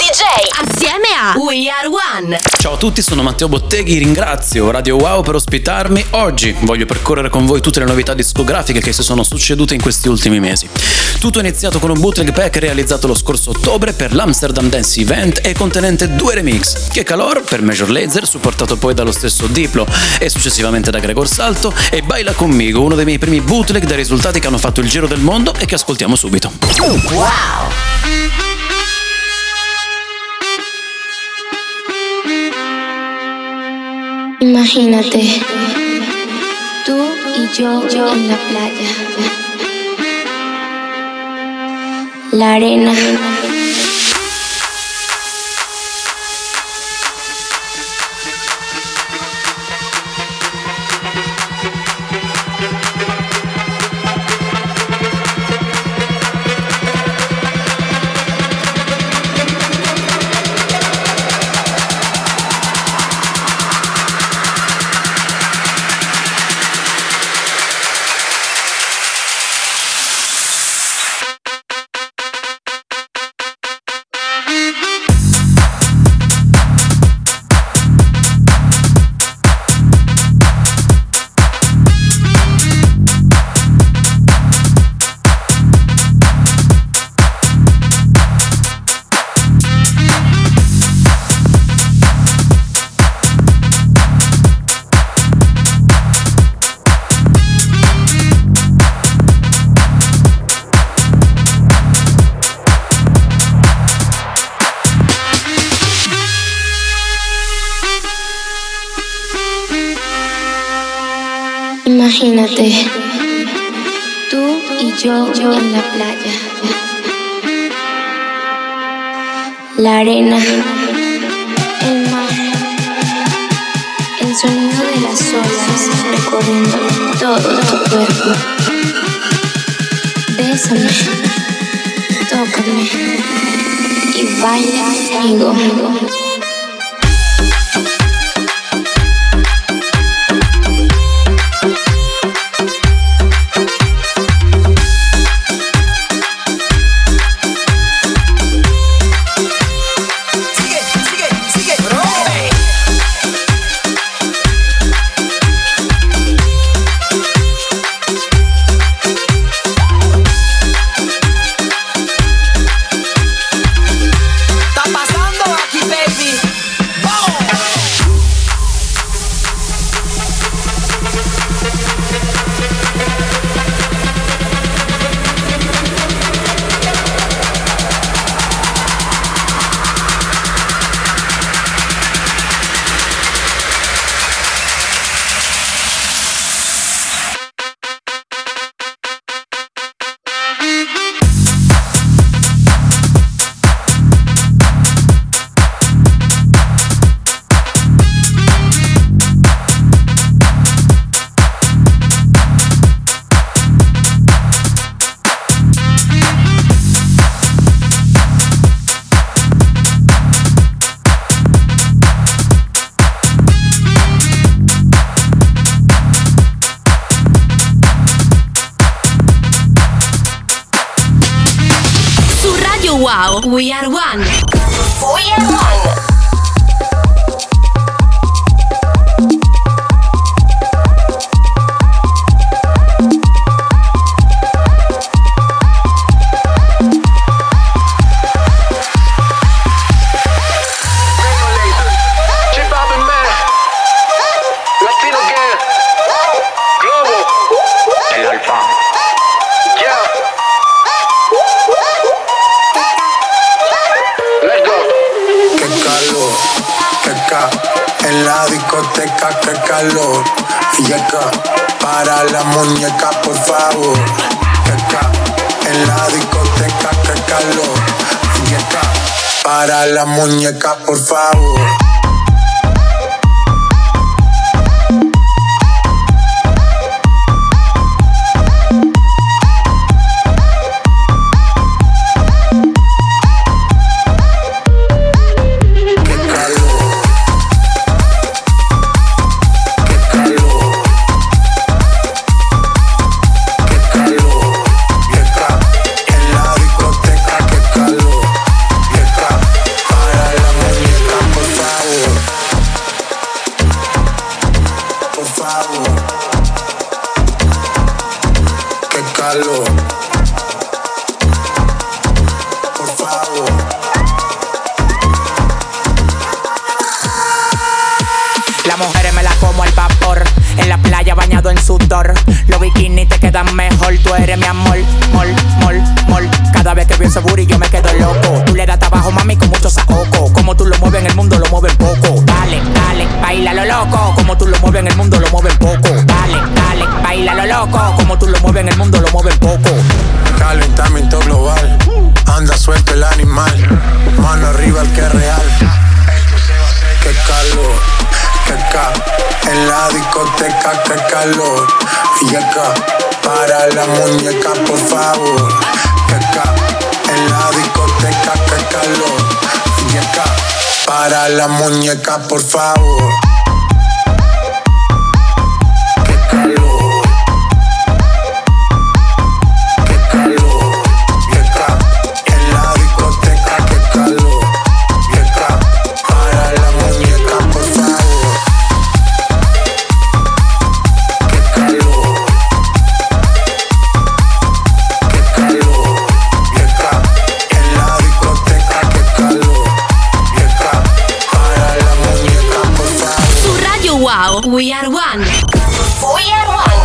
DJ assieme a We Are One. Ciao a tutti, sono Matteo Botteghi, ringrazio Radio Wow per ospitarmi. Oggi voglio percorrere con voi tutte le novità discografiche che si sono succedute in questi ultimi mesi. Tutto è iniziato con un bootleg pack realizzato lo scorso ottobre per l'Amsterdam Dance Event e contenente 2 remix, Che Calor per Major Lazer, supportato poi dallo stesso Diplo e successivamente da Gregor Salto, e Baila Conmigo, uno dei miei primi bootleg dai risultati che hanno fatto il giro del mondo e che ascoltiamo subito. Wow! Imagínate, tú y yo en la playa, la arena, imagínate, tú y yo en la playa, la arena, el mar, el sonido de las olas recorriendo todo tu cuerpo. Bésame, tócame y baila conmigo. Wow, We Are One. We Are One. En la discoteca, qué calor. Y acá, para la muñeca, por favor. Acá, en la discoteca, qué calor. Y acá, para la muñeca, por favor. color. Los bikinis te quedan mejor. Tú eres mi amor, mol, mol, mol. Cada vez que pienso booty yo me quedo loco. Tú le das trabajo, mami, con mucho saoco. Como tú lo mueves en el mundo, lo mueven poco. Dale, dale, baila lo loco. Como tú lo mueves en el mundo, lo mueven poco. Dale, dale, baila lo loco. Como tú lo mueves en el mundo, lo mueven poco. Calentamiento global, anda suelto el animal. Mano arriba el que es real. Qué calor, qué ca. En la discoteca, qué calor. Y acá, para la muñeca, por favor. Qué ca. En la discoteca, qué calor. Y acá, para la muñeca, por favor. Qué calor. Wow, we are one. We are one.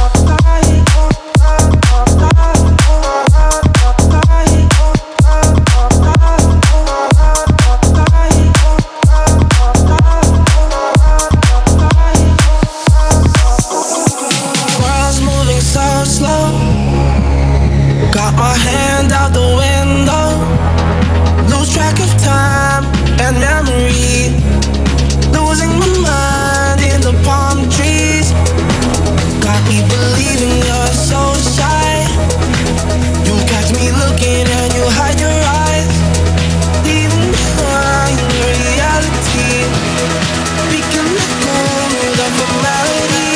World's moving so slow. Got my hand out the window. Lose track of time and memory. Losing my mind in the palm trees. Got me believing you're so shy. You catch me looking and you hide your eyes. Leaving behind reality. We can let go of the formality.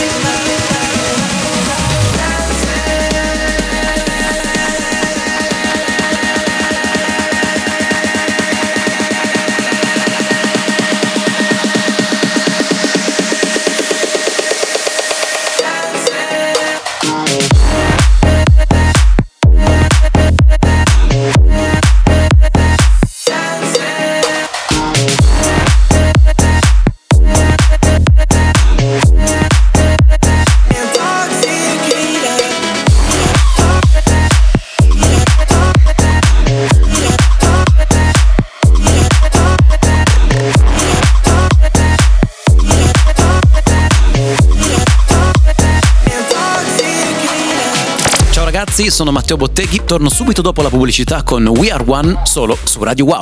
Ragazzi, sono Matteo Botteghi, torno subito dopo la pubblicità con We Are One solo su Radio Wow.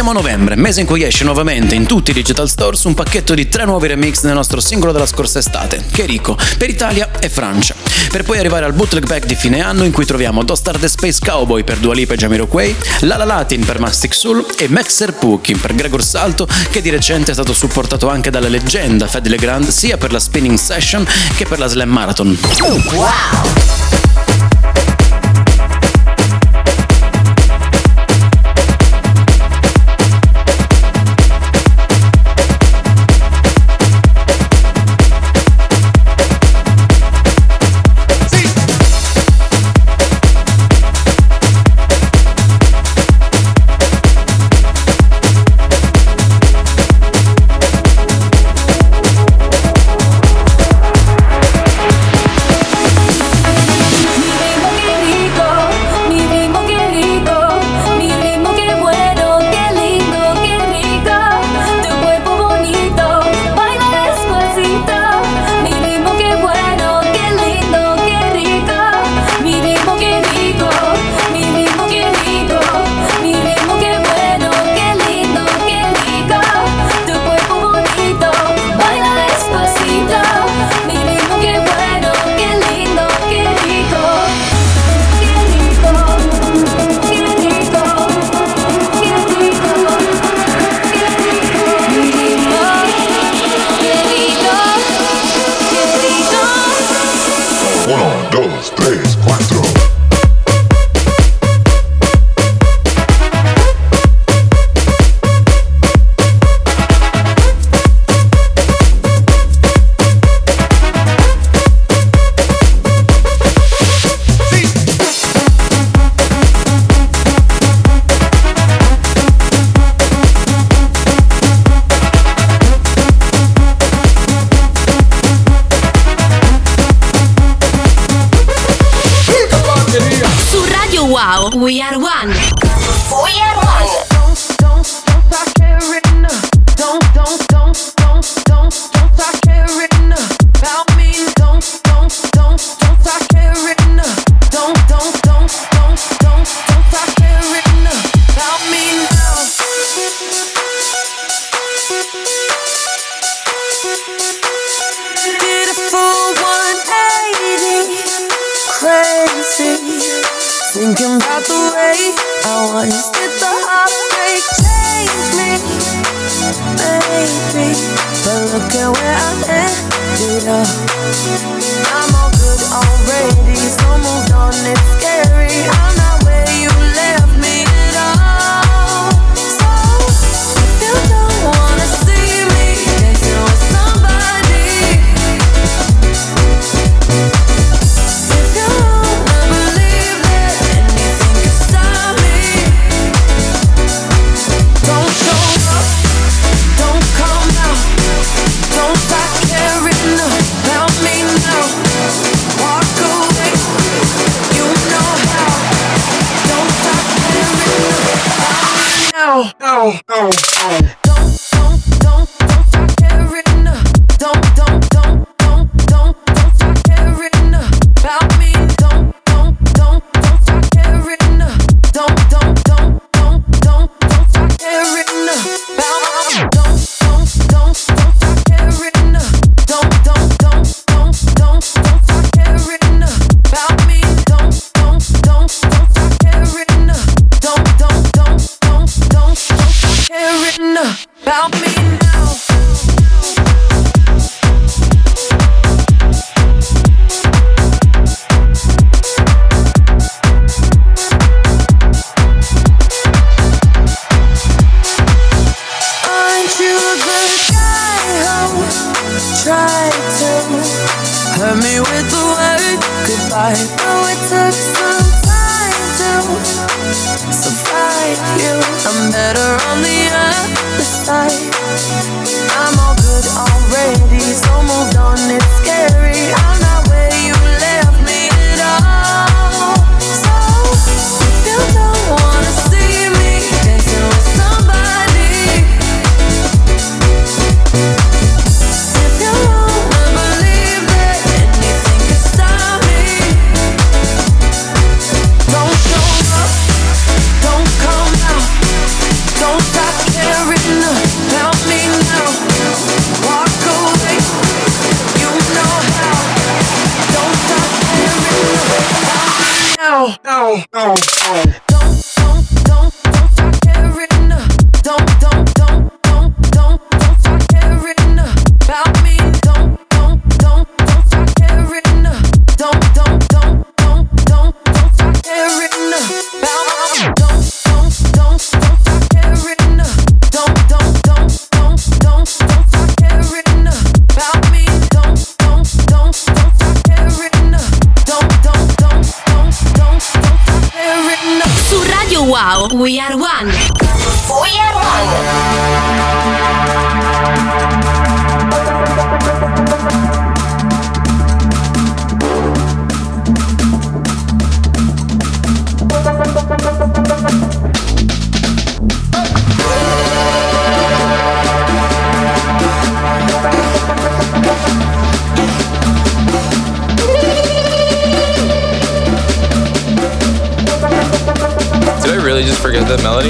Siamo a novembre, mese in cui esce nuovamente in tutti i digital stores un pacchetto di 3 nuovi remix del nostro singolo della scorsa estate, Cherico, per Italia e Francia. Per poi arrivare al bootleg pack di fine anno in cui troviamo Don't Start the Space Cowboy per Dua Lipa e Jamiroquai, Lala Latin per Mastic Soul e Maxer Pukin per Gregor Salto, che di recente è stato supportato anche dalla leggenda Fedde Legrand sia per la Spinning Session che per la Slam Marathon. Wow. Wow, we are one. We are one. Don't stop caring. Don't stop caring about me. Don't stop caring. Don't stop caring about me now. Did a full 180, crazy. Thinking about the way I once did the heartbreak change me, baby. But look at where I ended up. I'm all good already, so moved on, it's scary. I'm not where you left me at all. So if you don't wanna see me dancing with somebody, if you wanna believe that anything can stop me, don't show up, don't come out, don't stop caring about me now. Walk away, you know how. Don't stop caring about me now. Don't stop caring. Don't stop caring about me. Don't stop caring. Don't stop caring about me. Don't stop caring. Don't stop caring about me. Don't stop caring. Don't stop caring about me now. Aren't you the guy who tried to hurt me with the word goodbye? Though it took some time to survive you, I'm better on the other side. I'm all good already, so moved on, it's scary. I'm not where you left me at all. So if you don't wanna see me dancing with somebody, if you wanna believe that anything can stop me, don't show up, don't come out, don't stop Wow, We Are One. We Are Did I really just forget that melody?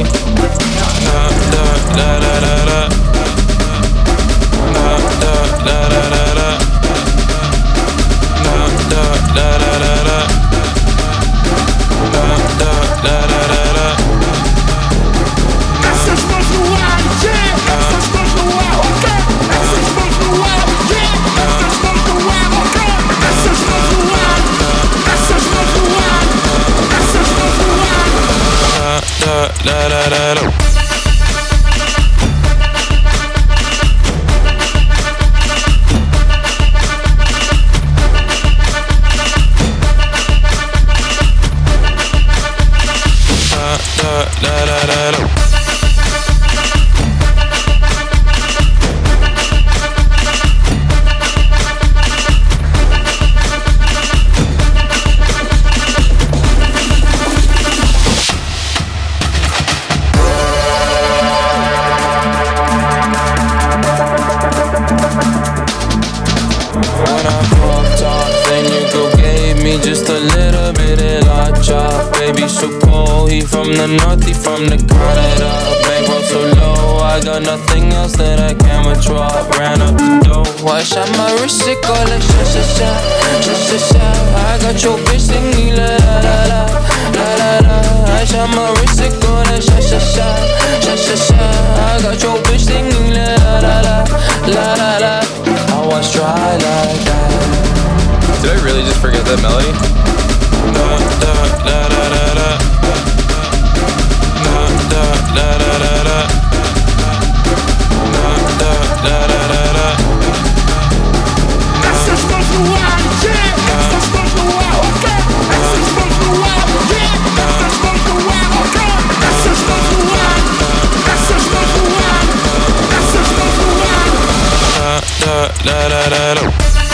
From the north, he from the Canada. Bankroll so low, I got nothing else that I can withdraw. Ran up the dough, I shot my wrist, it go like sha sha sha, sha sha sha. I got your bitch singing la la la la, la la la. I shot my wrist, it go like sha sha sha, sha sha sha. I got your bitch singing la la la la, la la la. I was dry like that. Did I really just forget that melody? Da da da da da da. Da da da da da. Da da da da da da. Essa explode no ar, yeah. Essa explode no ar, ok. Essa explode no ar, yeah. Essa explode no ar, ok. Essa explode no ar. Essa explode no ar. Essa explode no ar. Da da da da da.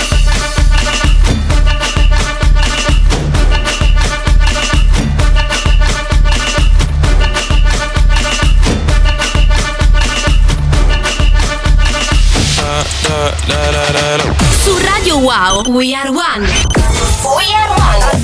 Su Radio Wow, We Are One. We Are One.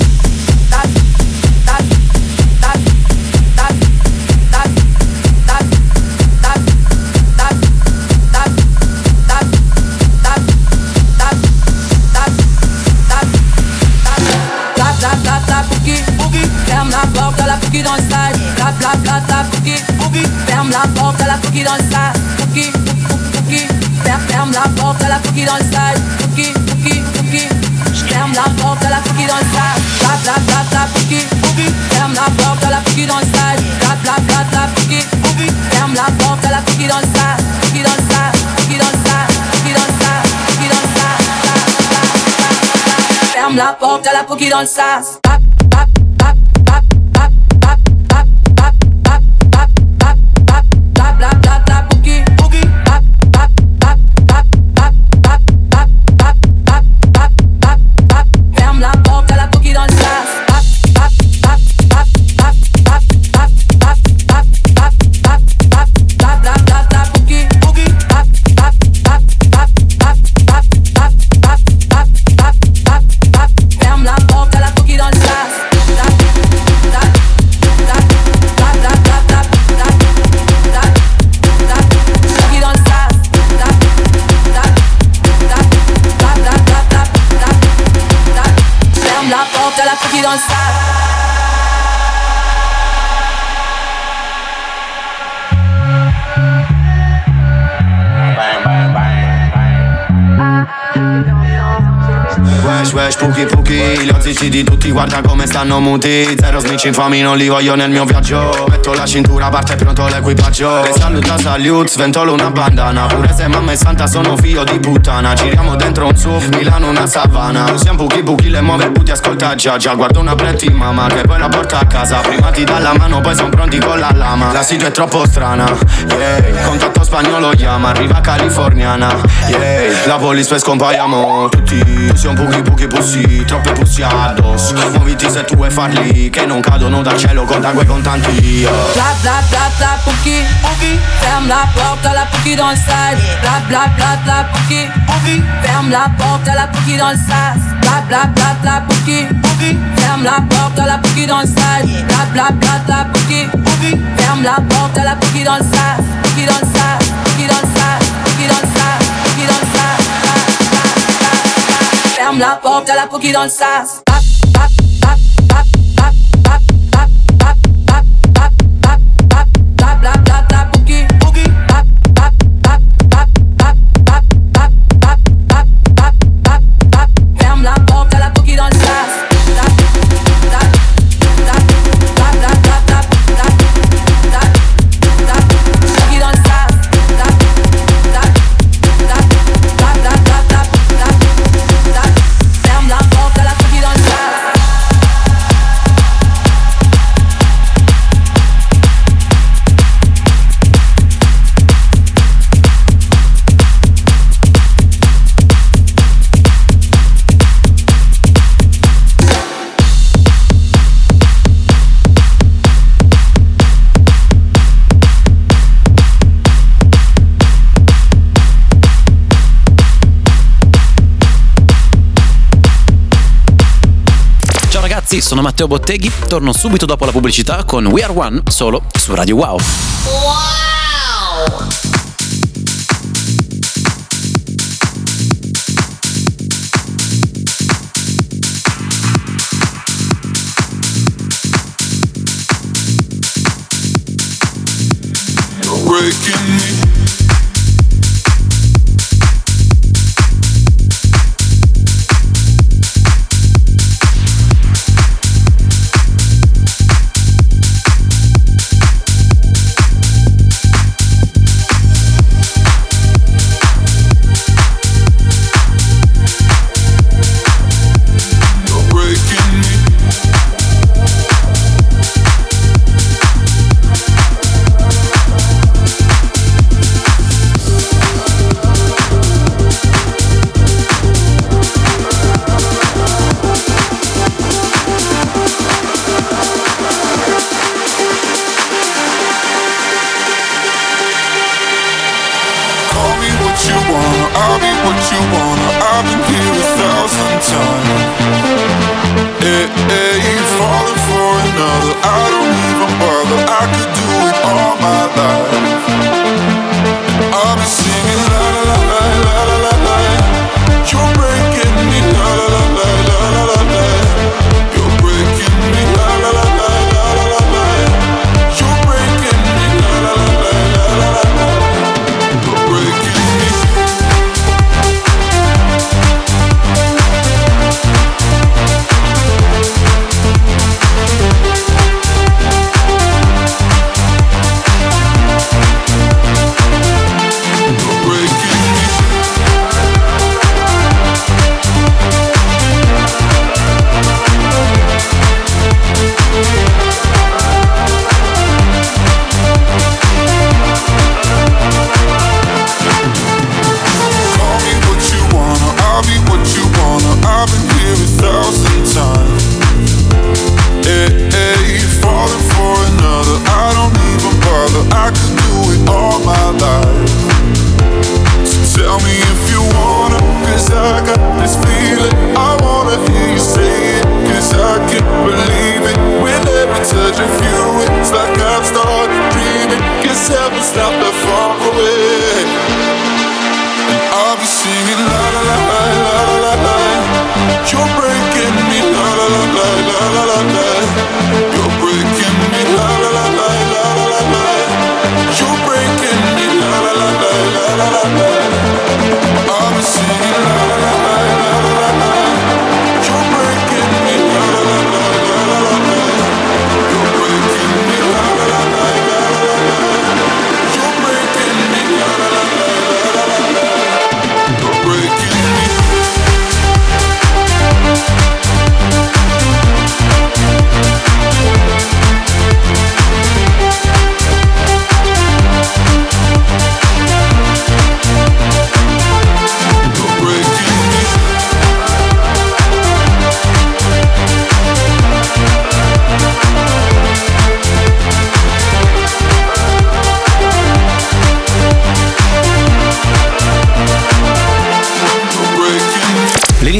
Ferme la porte à la Pouki dans le side. Bla bla bla bla Pouki. Ferme la porte à la Pouki dans le side. Pouki, Pouki. Ferme la porte à la Pouki dans le side. Pouki, Pouki, Pouki. Ferme la porte à la Pouki dans le side. Bla bla bla bla Pouki. Ferme la porte à la Pouki dans le side. Bla bla bla bla Pouki. Ferme la porte à la Pouki dans le side. Pouki dans le side. Pouki dans le side. Pouki dans le side. Pouki dans le side. Ferme la porte à la Pouki dans le side. wesh wesh, puki puki. Li ho zitti di tutti, guarda come stanno muti. Zero snitch infami, non li voglio nel mio viaggio. Metto la cintura, parte pronto l'equipaggio. E saluta salute, sventolo una bandana. Pure se mamma è santa sono figlio di puttana. Giriamo dentro un SUV, Milano una savana. Usiamo puki puki, le muove puti, ascolta già. Guardo una pretti mamma che poi la porta a casa. Prima ti dà la mano, poi son pronti con la lama. La situa è troppo strana, yeah. Contatto spagnolo chiama, arriva californiana, yeah. La police poi scompaiamo tutti. Siamo puki puki pussi, troppe pussi addosso. Muoviti se tu vuoi farli, che non cadono dal cielo, conta quei contanti, yeah. Bla bla bla bla puki, puki. Ferme la porte à la puki dans le sas. Bla bla bla bla puki, puki. Ferme la porte à la puki dans le sas. Bla bla bla bla puki, puki. Ferme la porte à la puki dans le sas. Bla bla bla bla puki, puki. Ferme la porte à la puki dans le sas. Puki dans le sas, puki dans le sas, puki dans le sas, puki dans le sas. Ferme la porte à la puki dans le sas. Sì, sono Matteo Botteghi, torno subito dopo la pubblicità con We Are One, solo su Radio Wow. Wow! You're breaking me.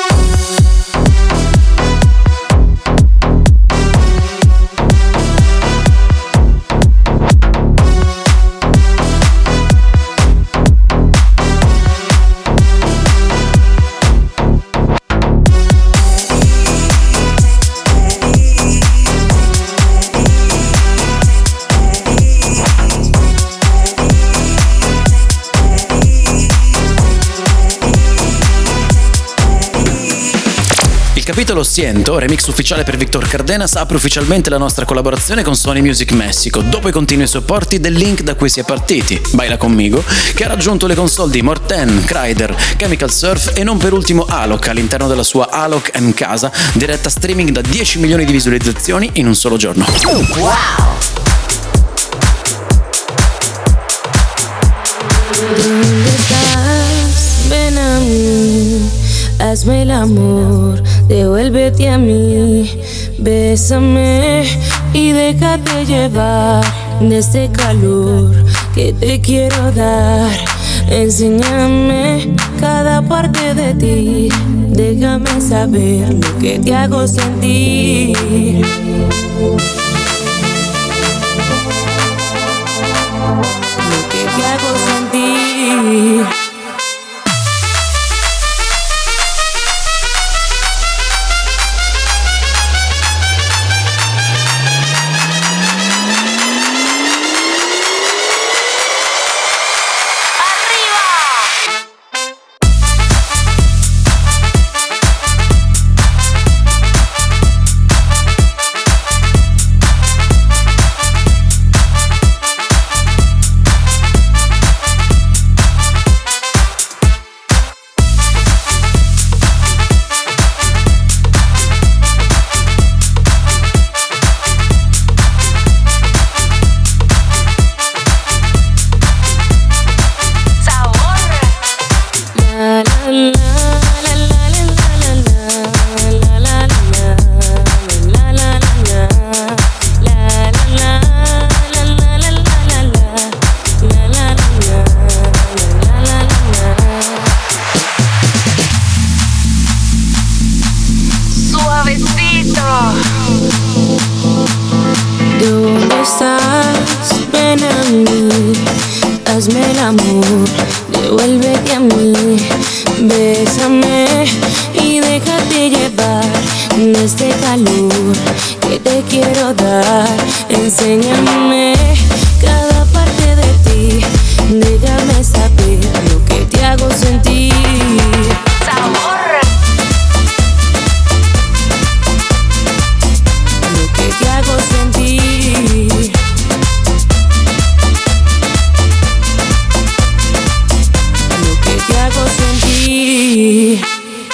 Lo Siento, remix ufficiale per Victor Cardenas, apre ufficialmente la nostra collaborazione con Sony Music Messico, dopo i continui supporti del link da cui si è partiti, Baila Conmigo, che ha raggiunto le console di Morten, Kryder, Chemical Surf e non per ultimo Alok all'interno della sua Alok M Casa, diretta streaming da 10 milioni di visualizzazioni in un solo giorno. Wow! ¿Dónde estás? Ven a mí, hazme el amor, devuélvete a mí, bésame y déjate llevar de este calor que te quiero dar. Enséñame cada parte de ti, déjame saber lo que te hago sentir. Lo que te hago sentir. hazme el amor, devuélvete a mí, bésame y déjate llevar de este calor que te quiero dar. Enséñame cada parte de ti, déjame saber lo que te hago sentir. Lo que te hago sentir. Lo que te hago sentir.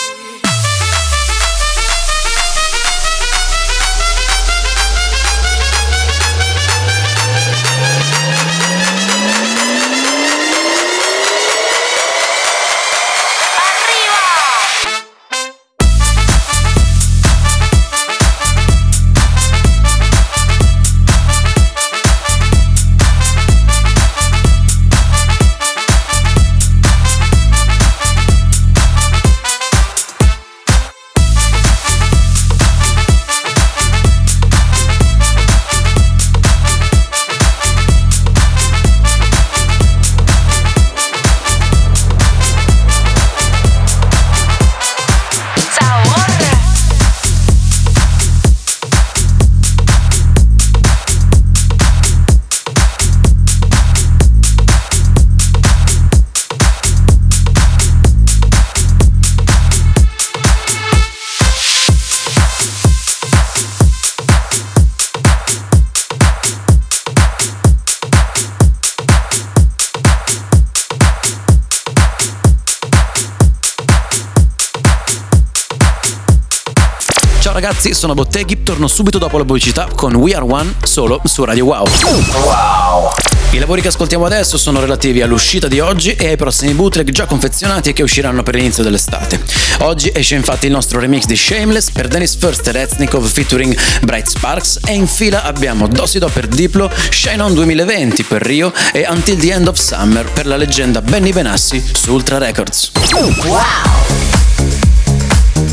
Ragazzi, sono Botteghi, torno subito dopo la pubblicità con We Are One solo su Radio Wow. Wow. I lavori che ascoltiamo adesso sono relativi all'uscita di oggi e ai prossimi bootleg già confezionati e che usciranno per l'inizio dell'estate. Oggi esce infatti il nostro remix di Shameless per Dennis First ed Ethnikov featuring Bright Sparks e in fila abbiamo Dosido per Diplo, Shine On 2020 per Rio e Until the End of Summer per la leggenda Benny Benassi su Ultra Records. Wow!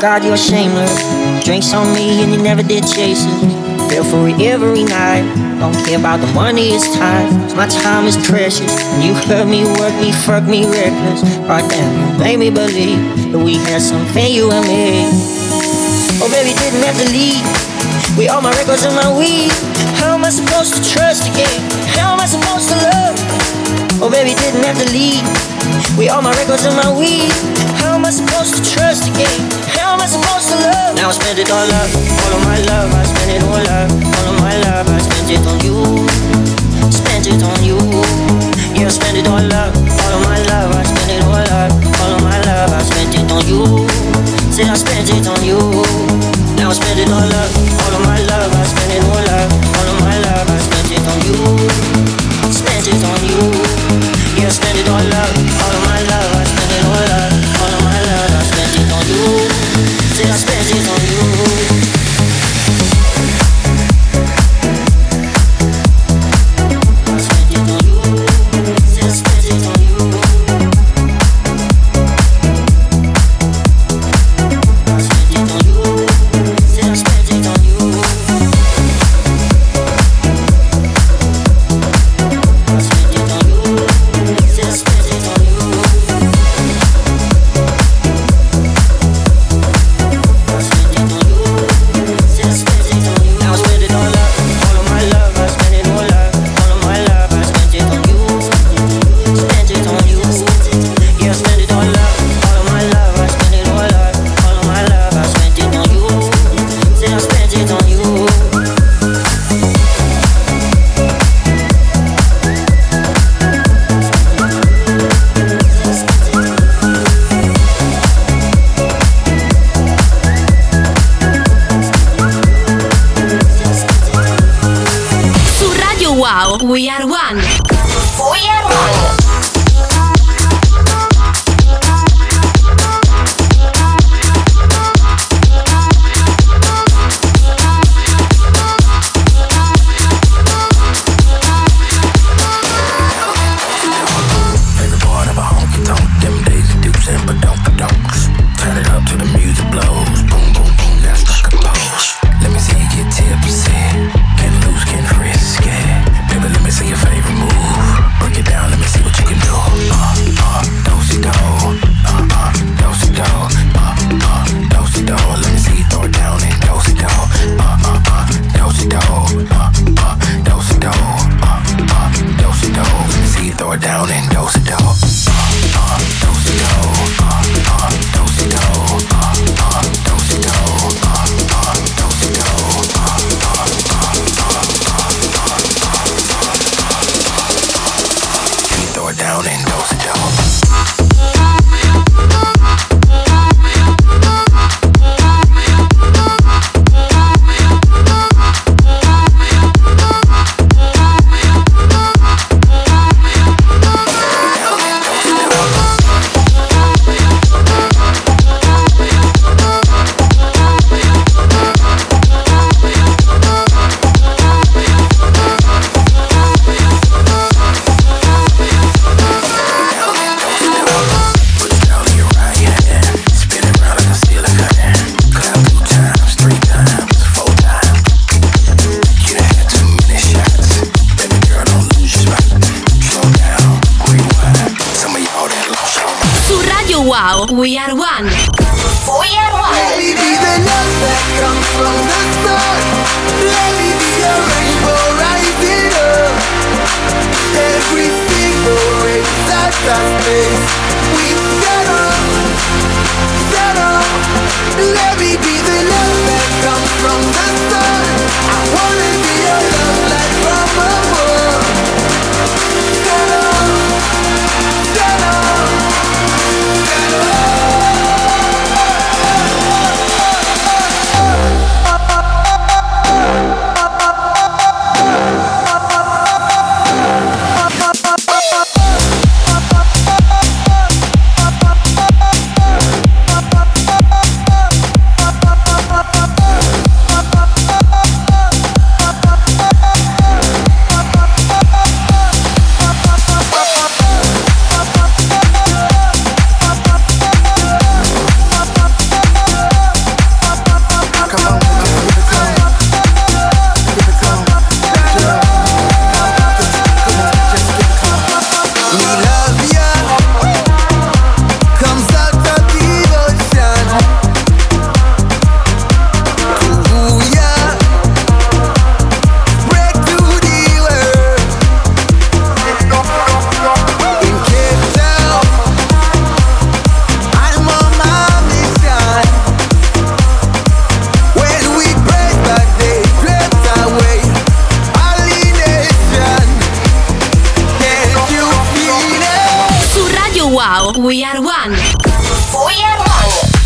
God, you're shameless. Drinks on me and you never did chase it. Feel for it every night. Don't care about the money, it's time. My time is precious. You hurt me, work me, fuck me reckless. Right damn, you made me believe that we had something, you and me. Oh baby, didn't have to leave. We all my records and my weed. How am I supposed to trust again? How am I supposed to love? Oh baby, didn't have to leave. We all my records and my weed. How am I supposed to trust again? How am I supposed to love? Now I spend it all up, all of my love. I spend it all up, all of my love. I spend it on you, spend it on you. Yeah, I spend it all up, all of my love. I spend it all up, all of my love. I spent it on you. Say I spent it on you. Now I spend it all up, all of my love. I spend it all up, all of my love. I spent it on you, spent it on you. Yeah, I spend it all up, all of my love. I spend it all up, all of my love. I spent it on you. Say I spent it on you. We are one. We are one. Wow, we are one. We are one. Let me be the love that comes from the sun. Let me be a rainbow rising up. Every single race that's our space. We set up. Let me be the love that comes from the sun. I wanna be a love light from above. Set up. We are one. We are one.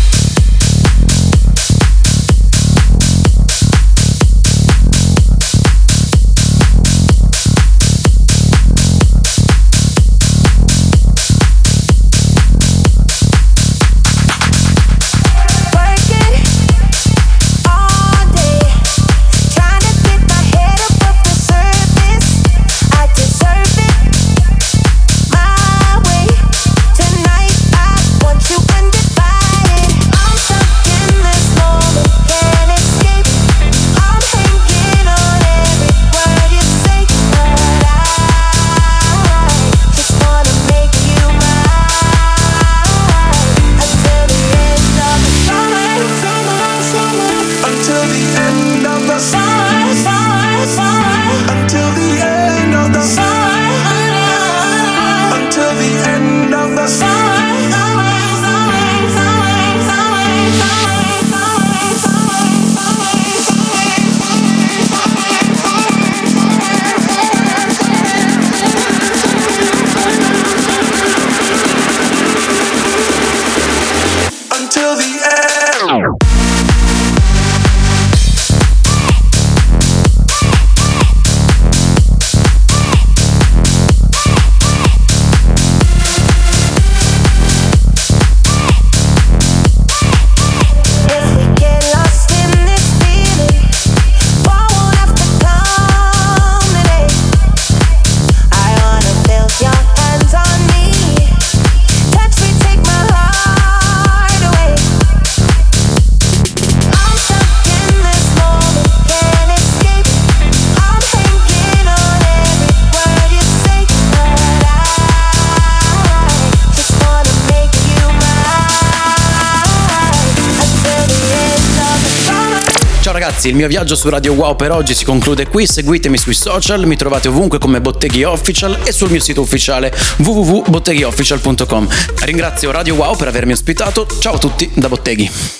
Ragazzi, il mio viaggio su Radio Wow per oggi si conclude qui. Seguitemi sui social, mi trovate ovunque come Botteghi Official e sul mio sito ufficiale www.botteghiofficial.com. Ringrazio Radio Wow per avermi ospitato. Ciao a tutti da Botteghi.